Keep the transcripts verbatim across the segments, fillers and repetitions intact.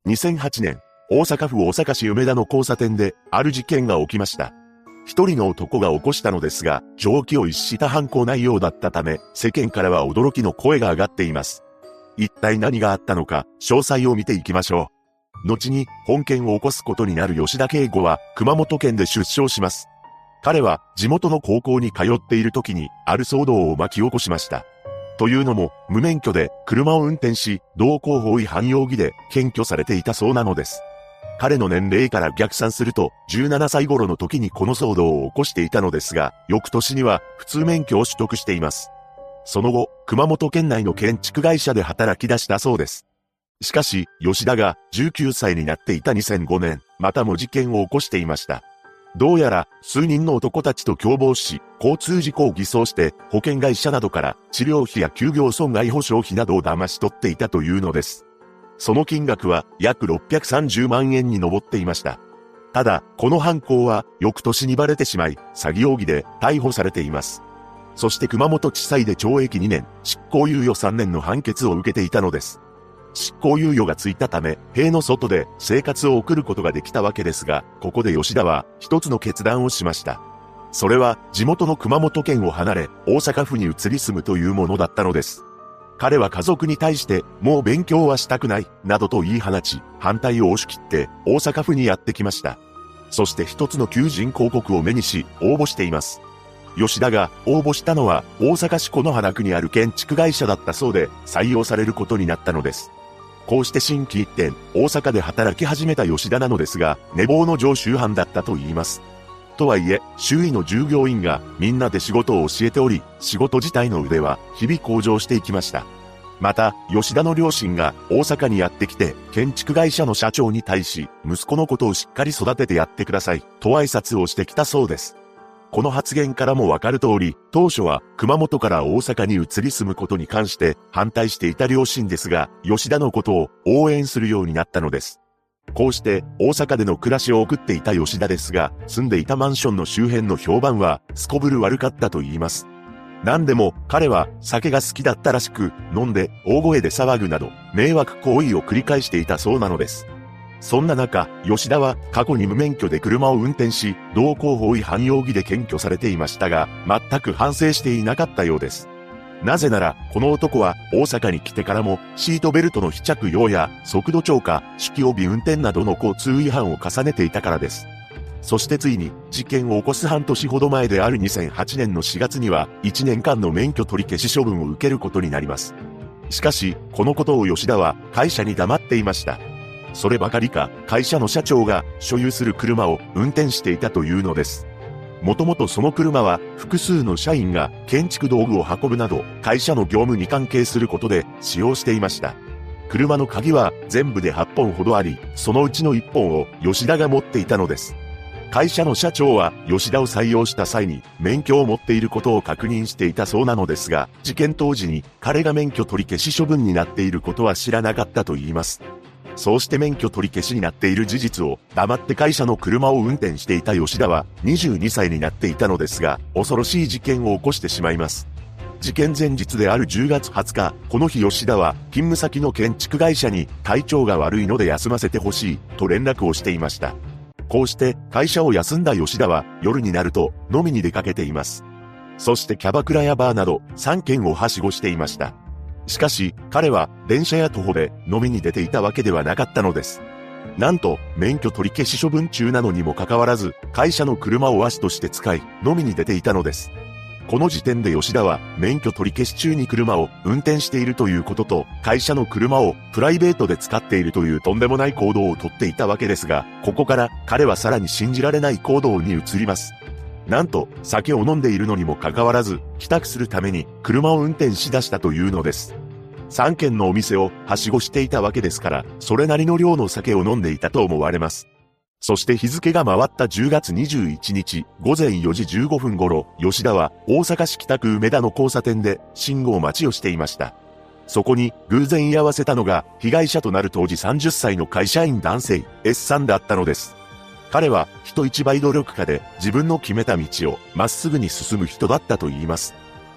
にせんはちねん、大阪府大阪市梅田の交差点で、ある事件が起きました。一人の男が起こしたのですが、常軌を逸した犯行内容だったため、世間からは驚きの声が上がっています。一体何があったのか、詳細を見ていきましょう。後に、本件を起こすことになる吉田圭吾は、熊本県で出生します。彼は、地元の高校に通っている時に、ある騒動を巻き起こしました。というのも、無免許で車を運転し、道交法違反容疑で検挙されていたそうなのです。彼の年齢から逆算すると、じゅうななさい頃の時にこの騒動を起こしていたのですが、翌年には普通免許を取得しています。その後、熊本県内の建築会社で働き出したそうです。しかし、吉田がじゅうきゅうさいになっていたにせんごねん、またも事件を起こしていました。どうやら、数人の男たちと共謀し、交通事故を偽装して、保険会社などから治療費や休業損害保障費などを騙し取っていたというのです。その金額は約ろっぴゃくさんじゅうまんえんに上っていました。ただ、この犯行は翌年にバレてしまい、詐欺容疑で逮捕されています。そして熊本地裁でちょうえきにねん、執行猶予さんねんの判決を受けていたのです。執行猶予がついたため、塀の外で生活を送ることができたわけですが、ここで吉田は一つの決断をしました。それは地元の熊本県を離れ、大阪府に移り住むというものだったのです。彼は家族に対して、もう勉強はしたくない、などと言い放ち、反対を押し切って大阪府にやってきました。そして一つの求人広告を目にし、応募しています。吉田が応募したのは大阪市此花区にある建築会社だったそうで、採用されることになったのです。こうして心機一転、大阪で働き始めた吉田なのですが、寝坊の常習犯だったと言います。とはいえ、周囲の従業員がみんなで仕事を教えており、仕事自体の腕は日々向上していきました。また、吉田の両親が大阪にやってきて、建築会社の社長に対し、息子のことをしっかり育ててやってください、と挨拶をしてきたそうです。この発言からもわかる通り、当初は熊本から大阪に移り住むことに関して反対していた両親ですが、吉田のことを応援するようになったのです。こうして大阪での暮らしを送っていた吉田ですが、住んでいたマンションの周辺の評判はすこぶる悪かったと言います。何でも彼は酒が好きだったらしく、飲んで大声で騒ぐなど迷惑行為を繰り返していたそうなのです。そんな中、吉田は過去に無免許で車を運転し、道交法違反容疑で検挙されていましたが、全く反省していなかったようです。なぜなら、この男は大阪に来てからもシートベルトの非着用や速度超過、酒気帯び運転などの交通違反を重ねていたからです。そしてついに事件を起こす半年ほど前であるにせんはちねんのしがつにはいちねんかんの免許取り消し処分を受けることになります。しかし、このことを吉田は会社に黙っていました。そればかりか、会社の社長が所有する車を運転していたというのです。もともとその車は複数の社員が建築道具を運ぶなど会社の業務に関係することで使用していました。車の鍵は全部ではっぽんほどあり、そのうちのいっぽんを吉田が持っていたのです。会社の社長は吉田を採用した際に免許を持っていることを確認していたそうなのですが、事件当時に彼が免許取り消し処分になっていることは知らなかったと言います。そうして免許取り消しになっている事実を黙って会社の車を運転していた吉田はにじゅうにさいになっていたのですが、恐ろしい事件を起こしてしまいます。事件前日であるじゅうがつはつか、この日吉田は勤務先の建築会社に体調が悪いので休ませてほしいと連絡をしていました。こうして会社を休んだ吉田は夜になると飲みに出かけています。そしてキャバクラやバーなどさんけんをはしごしていました。しかし、彼は電車や徒歩で飲みに出ていたわけではなかったのです。なんと、免許取り消し処分中なのにもかかわらず、会社の車を足として使い、飲みに出ていたのです。この時点で吉田は、免許取り消し中に車を運転しているということと、会社の車をプライベートで使っているというとんでもない行動をとっていたわけですが、ここから彼はさらに信じられない行動に移ります。なんと、酒を飲んでいるのにもかかわらず、帰宅するために車を運転しだしたというのです。さんけんのお店をはしごしていたわけですから、それなりの量の酒を飲んでいたと思われます。そして日付が回ったじゅうがつにじゅういちにち、ごぜんよじじゅうごふん頃、吉田は大阪市北区梅田の交差点で信号待ちをしていました。そこに偶然居合わせたのが、被害者となる当時さんじゅっさいの会社員男性、S さんだったのです。彼は人一倍努力家で自分の決めた道をまっすぐに進む人だったと言います。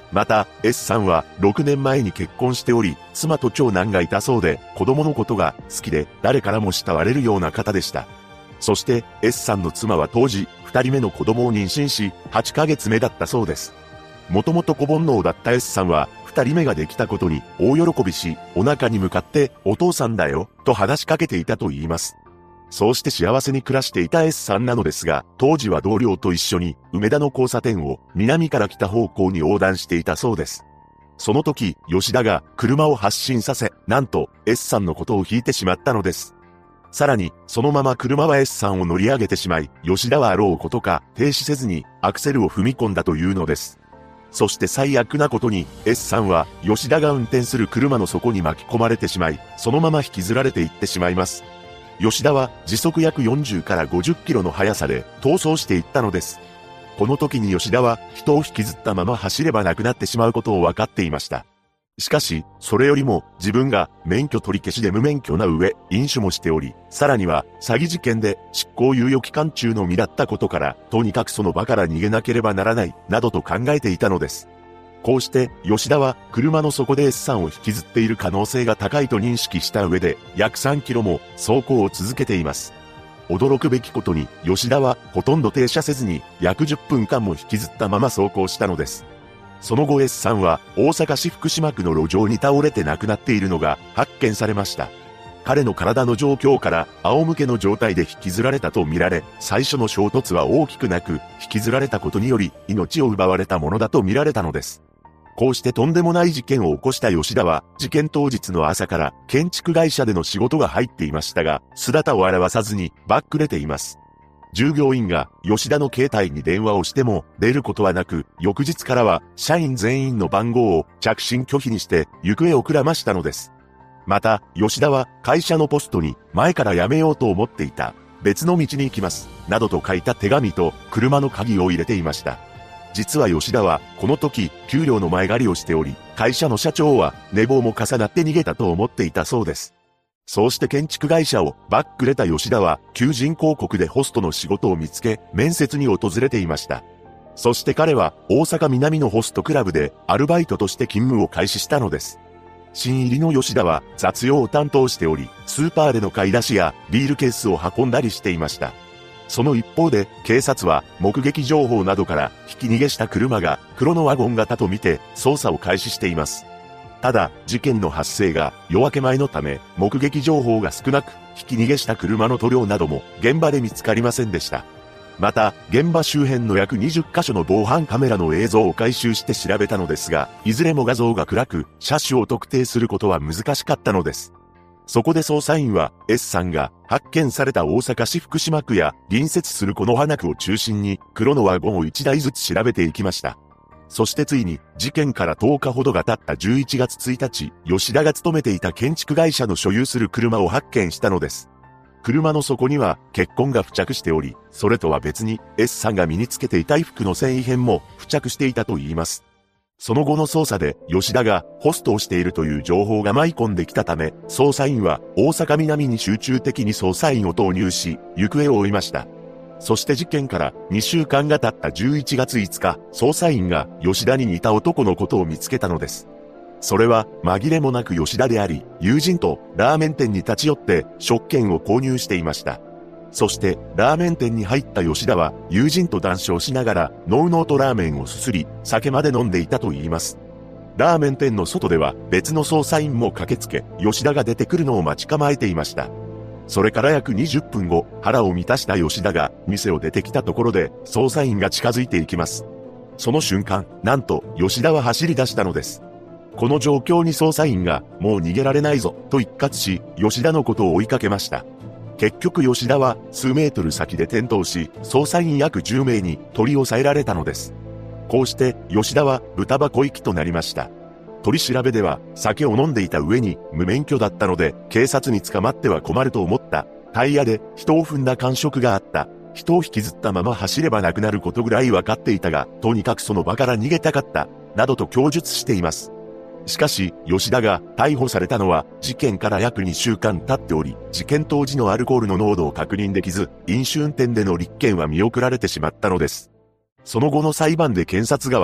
また、S さんはろくねんまえに結婚しており、妻と長男がいたそうで、子供のことが好きで、誰からも慕われるような方でした。そして、S さんの妻は当時、二人目の子供を妊娠し、はちかげつめだったそうです。もともと子煩悩だった S さんは、二人目ができたことに大喜びし、お腹に向かって、お父さんだよ、と話しかけていたと言います。そうして幸せに暮らしていた S さんなのですが、当時は同僚と一緒に、梅田の交差点を南から北方向に横断していたそうです。その時、吉田が車を発進させ、なんと S さんのことを引いてしまったのです。さらに、そのまま車は S さんを乗り上げてしまい、吉田はあろうことか、停止せずにアクセルを踏み込んだというのです。そして最悪なことに、S さんは吉田が運転する車の底に巻き込まれてしまい、そのまま引きずられていってしまいます。吉田は時速約よんじゅうからごじゅっキロの速さで逃走していったのです。この時に吉田は人を引きずったまま走ればなくなってしまうことを分かっていました。しかし、それよりも自分が免許取り消しで無免許な上、飲酒もしており、さらには詐欺事件で執行猶予期間中の身だったことから、とにかくその場から逃げなければならない、などと考えていたのです。こうして、吉田は車の底で S さんを引きずっている可能性が高いと認識した上で、約さんキロも走行を続けています。驚くべきことに、吉田はほとんど停車せずに、約じゅっぷんかんも引きずったまま走行したのです。その後 S さんは大阪市福島区の路上に倒れて亡くなっているのが発見されました。彼の体の状況から仰向けの状態で引きずられたとみられ、最初の衝突は大きくなく、引きずられたことにより命を奪われたものだと見られたのです。こうしてとんでもない事件を起こした吉田は、事件当日の朝から建築会社での仕事が入っていましたが、姿を現さずにバックレています。従業員が吉田の携帯に電話をしても出ることはなく、翌日からは社員全員の番号を着信拒否にして行方をくらましたのです。また、吉田は会社のポストに前から辞めようと思っていた、別の道に行きます、などと書いた手紙と車の鍵を入れていました。実は吉田はこの時給料の前借りをしており、会社の社長は寝坊も重なって逃げたと思っていたそうです。そうして建築会社をバックレた吉田は求人広告でホストの仕事を見つけ面接に訪れていました。そして彼は大阪南のホストクラブでアルバイトとして勤務を開始したのです。新入りの吉田は雑用を担当しており、スーパーでの買い出しやビールケースを運んだりしていました。その一方で警察は目撃情報などからひき逃げした車が黒のワゴン型とみて捜査を開始しています。ただ、事件の発生が夜明け前のため、目撃情報が少なく、ひき逃げした車の塗料なども現場で見つかりませんでした。また、現場周辺の約にじゅっかしょの防犯カメラの映像を回収して調べたのですが、いずれも画像が暗く、車種を特定することは難しかったのです。そこで捜査員は S さんが発見された大阪市福島区や隣接する此花区を中心に黒のワゴンをいちだいずつ調べていきました。そしてついに事件からとおかほどが経ったじゅういちがつついたち、吉田が勤めていた建築会社の所有する車を発見したのです。車の底には血痕が付着しており、それとは別に S さんが身につけていた衣服の繊維片も付着していたといいます。その後の捜査で吉田がホストをしているという情報が舞い込んできたため、捜査員は大阪南に集中的に捜査員を投入し、行方を追いました。そして事件からにしゅうかんが経ったじゅういちがついつか、捜査員が吉田に似た男のことを見つけたのです。それは紛れもなく吉田であり、友人とラーメン店に立ち寄って食券を購入していました。そしてラーメン店に入った吉田は友人と談笑しながらのうのうとラーメンをすすり、酒まで飲んでいたと言います。ラーメン店の外では別の捜査員も駆けつけ、吉田が出てくるのを待ち構えていました。それから約にじゅっぷんご、腹を満たした吉田が店を出てきたところで捜査員が近づいていきます。その瞬間、なんと吉田は走り出したのです。この状況に捜査員がもう逃げられないぞと一喝し、吉田のことを追いかけました。結局吉田は数メートル先で転倒し、捜査員約じゅうめいに取り押さえられたのです。こうして吉田は豚箱行きとなりました。取り調べでは酒を飲んでいた上に無免許だったので警察に捕まっては困ると思った。タイヤで人を踏んだ感触があった。人を引きずったまま走ればなくなることぐらい分かっていたが、とにかくその場から逃げたかった。などと供述しています。しかし、吉田が逮捕されたのは事件から約にしゅうかん経っており、事件当時のアルコールの濃度を確認できず、飲酒運転での立件は見送られてしまったのです。その後の裁判で検察側は、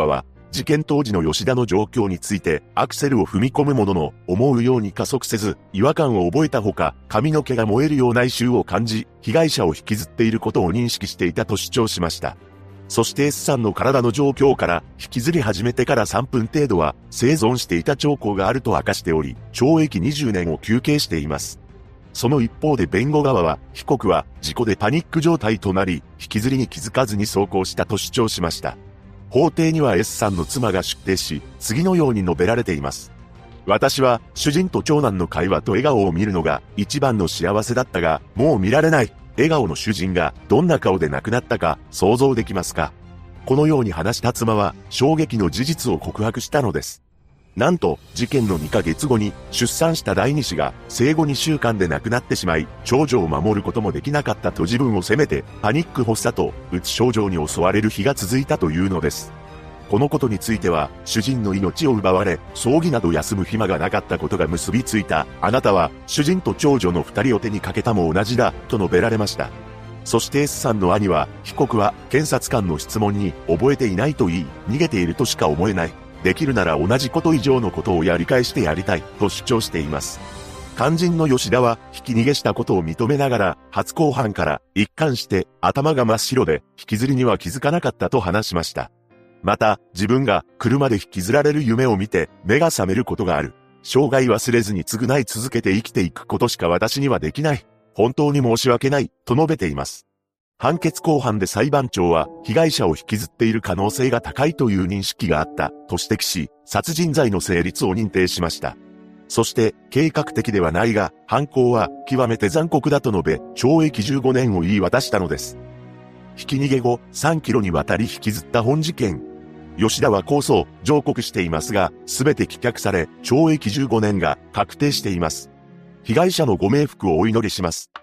事件当時の吉田の状況についてアクセルを踏み込むものの思うように加速せず違和感を覚えたほか髪の毛が燃えるような異臭を感じ被害者を引きずっていることを認識していたと主張しました。そして S さんの体の状況から引きずり始めてからさんぷん程度は生存していた兆候があると明かしており懲役にじゅうねんを求刑しています。その一方で弁護側は被告は事故でパニック状態となり引きずりに気づかずに走行したと主張しました。法廷には S さんの妻が出廷し、次のように述べられています。私は主人と長男の会話と笑顔を見るのが一番の幸せだったが、もう見られない。笑顔の主人がどんな顔で亡くなったか想像できますか？このように話した妻は衝撃の事実を告白したのです。なんと、事件のにかげつごに出産した第二子が生後にしゅうかんで亡くなってしまい、長女を守ることもできなかったと自分を責めて、パニック発作とうつ症状に襲われる日が続いたというのです。このことについては、主人の命を奪われ、葬儀など休む暇がなかったことが結びついた。あなたは、主人と長女の二人を手にかけたも同じだ、と述べられました。そして S さんの兄は、被告は検察官の質問に覚えていないと言い、逃げているとしか思えない。できるなら同じこと以上のことをやり返してやりたい、と主張しています。肝心の吉田は、ひき逃げしたことを認めながら、初公判から一貫して頭が真っ白で、引きずりには気づかなかったと話しました。また、自分が車で引きずられる夢を見て、目が覚めることがある。生涯忘れずに償い続けて生きていくことしか私にはできない。本当に申し訳ない、と述べています。判決公判で裁判長は、被害者を引きずっている可能性が高いという認識があった、と指摘し、殺人罪の成立を認定しました。そして、計画的ではないが、犯行は極めて残酷だと述べ、懲役じゅうごねんを言い渡したのです。ひき逃げ後、さんキロにわたり引きずった本事件。吉田は控訴、上告していますが、すべて棄却され、懲役じゅうごねんが確定しています。被害者のご冥福をお祈りします。